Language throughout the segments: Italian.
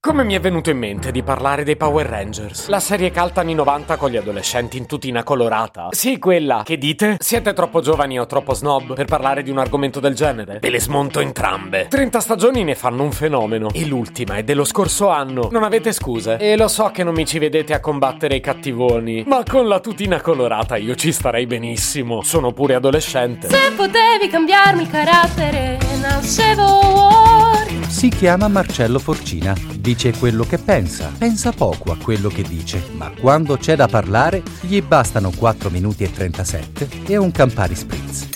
Come mi è venuto in mente di parlare dei Power Rangers? La serie cult anni 90 con gli adolescenti in tutina colorata. Sì, quella. Che dite? Siete troppo giovani o troppo snob per parlare di un argomento del genere? Ve le smonto entrambe. 30 stagioni ne fanno un fenomeno. E l'ultima è dello scorso anno. Non avete scuse. E lo so che non mi ci vedete a combattere i cattivoni, ma con la tutina colorata io ci starei benissimo. Sono pure adolescente. Se potevi cambiarmi il carattere, nascevo Ward. Si chiama Marcello Forcina, dice quello che pensa poco a quello che dice, ma quando c'è da parlare gli bastano 4 minuti e 37 e un Campari Spritz.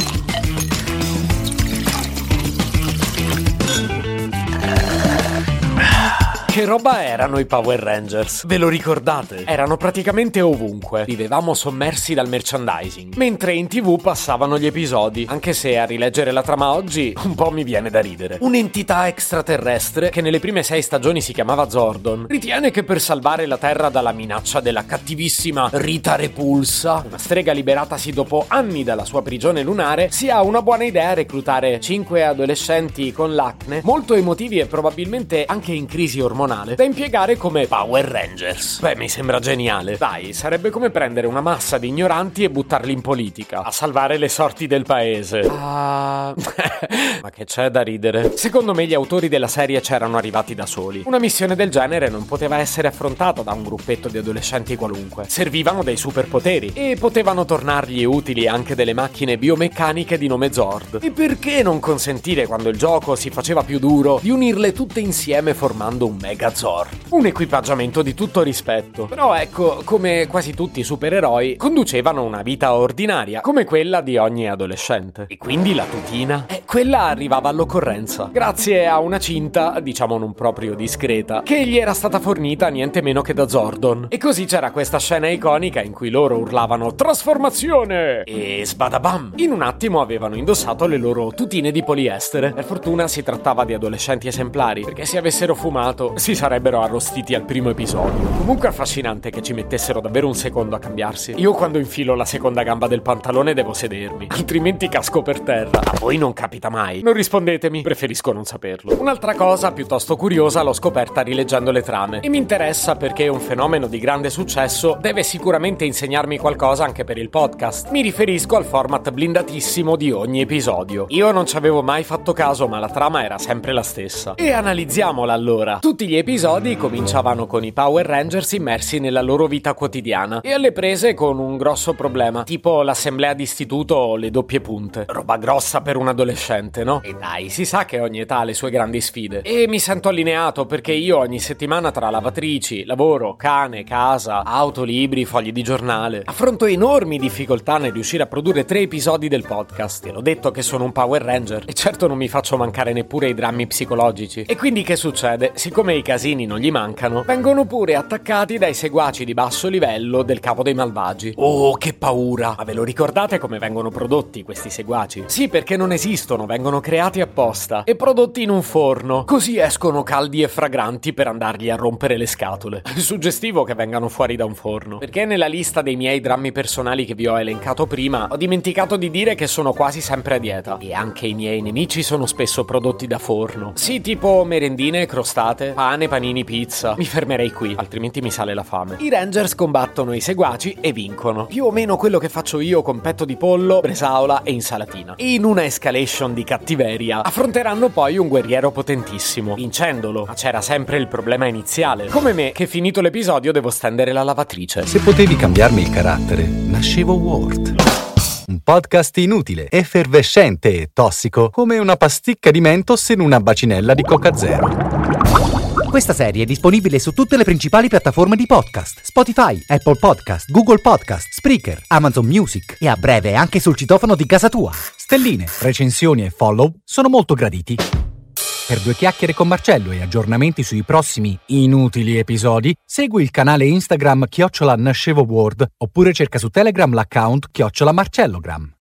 Che roba erano i Power Rangers? Ve lo ricordate? Erano praticamente ovunque. Vivevamo sommersi dal merchandising, mentre in TV passavano gli episodi, anche se a rileggere la trama oggi un po' mi viene da ridere. Un'entità extraterrestre che nelle prime 6 stagioni si chiamava Zordon ritiene che per salvare la Terra dalla minaccia della cattivissima Rita Repulsa, una strega liberatasi dopo anni dalla sua prigione lunare, sia una buona idea reclutare 5 adolescenti con l'acne, molto emotivi e probabilmente anche in crisi ormonale, da impiegare come Power Rangers. Beh, mi sembra geniale. Dai, sarebbe come prendere una massa di ignoranti e buttarli in politica, a salvare le sorti del paese. Ma che c'è da ridere? Secondo me gli autori della serie c'erano arrivati da soli. Una missione del genere non poteva essere affrontata da un gruppetto di adolescenti qualunque. Servivano dei superpoteri e potevano tornargli utili anche delle macchine biomeccaniche di nome Zord. E perché non consentire, quando il gioco si faceva più duro, di unirle tutte insieme formando un Megazord? Un equipaggiamento di tutto rispetto. Però ecco, come quasi tutti i supereroi, conducevano una vita ordinaria, come quella di ogni adolescente. E quindi la tutina? Quella arrivava all'occorrenza, grazie a una cinta, diciamo non proprio discreta, che gli era stata fornita niente meno che da Zordon. E così c'era questa scena iconica in cui loro urlavano "Trasformazione!" e sbadabam! In un attimo avevano indossato le loro tutine di poliestere. Per fortuna si trattava di adolescenti esemplari, perché se avessero fumato si sarebbero arrostiti al primo episodio. Comunque affascinante che ci mettessero davvero un secondo a cambiarsi. Io quando infilo la seconda gamba del pantalone devo sedermi, altrimenti casco per terra. A voi non capita mai? Non rispondetemi, preferisco non saperlo. Un'altra cosa piuttosto curiosa l'ho scoperta rileggendo le trame, e mi interessa perché un fenomeno di grande successo deve sicuramente insegnarmi qualcosa anche per il podcast. Mi riferisco al format blindatissimo di ogni episodio. Io non ci avevo mai fatto caso, ma la trama era sempre la stessa. E analizziamola allora. Tutti gli episodi cominciavano con i Power Rangers immersi nella loro vita quotidiana e alle prese con un grosso problema, tipo l'assemblea d'istituto o le doppie punte. Roba grossa per un adolescente, no? E dai, si sa che ogni età ha le sue grandi sfide. E mi sento allineato perché io ogni settimana tra lavatrici, lavoro, cane, casa, auto, libri, fogli di giornale, affronto enormi difficoltà nel riuscire a produrre 3 episodi del podcast. Te l'ho detto che sono un Power Ranger e certo non mi faccio mancare neppure i drammi psicologici. E quindi che succede? Siccome i casini non gli mancano, vengono pure attaccati dai seguaci di basso livello del capo dei malvagi. Oh, che paura! Ma ve lo ricordate come vengono prodotti questi seguaci? Sì, perché non esistono, vengono creati apposta e prodotti in un forno, così escono caldi e fragranti per andargli a rompere le scatole. È suggestivo che vengano fuori da un forno, perché nella lista dei miei drammi personali che vi ho elencato prima ho dimenticato di dire che sono quasi sempre a dieta e anche i miei nemici sono spesso prodotti da forno. Sì, tipo merendine, crostate, pane, panini, pizza. Mi fermerei qui, altrimenti mi sale la fame. I Rangers combattono i seguaci e vincono. Più o meno quello che faccio io con petto di pollo, bresaola e insalatina. E in una escalation di cattiveria affronteranno poi un guerriero potentissimo, vincendolo. Ma c'era sempre il problema iniziale. Come me, che finito l'episodio devo stendere la lavatrice. Se potevi cambiarmi il carattere, nascevo Ward. Un podcast inutile, effervescente e tossico, come una pasticca di Mentos in una bacinella di Coca Zero. Questa serie è disponibile su tutte le principali piattaforme di podcast: Spotify, Apple Podcast, Google Podcast, Spreaker, Amazon Music e a breve anche sul citofono di casa tua. Stelline, recensioni e follow sono molto graditi. Per 2 chiacchiere con Marcello e aggiornamenti sui prossimi inutili episodi, segui il canale Instagram @NascevoWord oppure cerca su Telegram l'account @Marcellogram.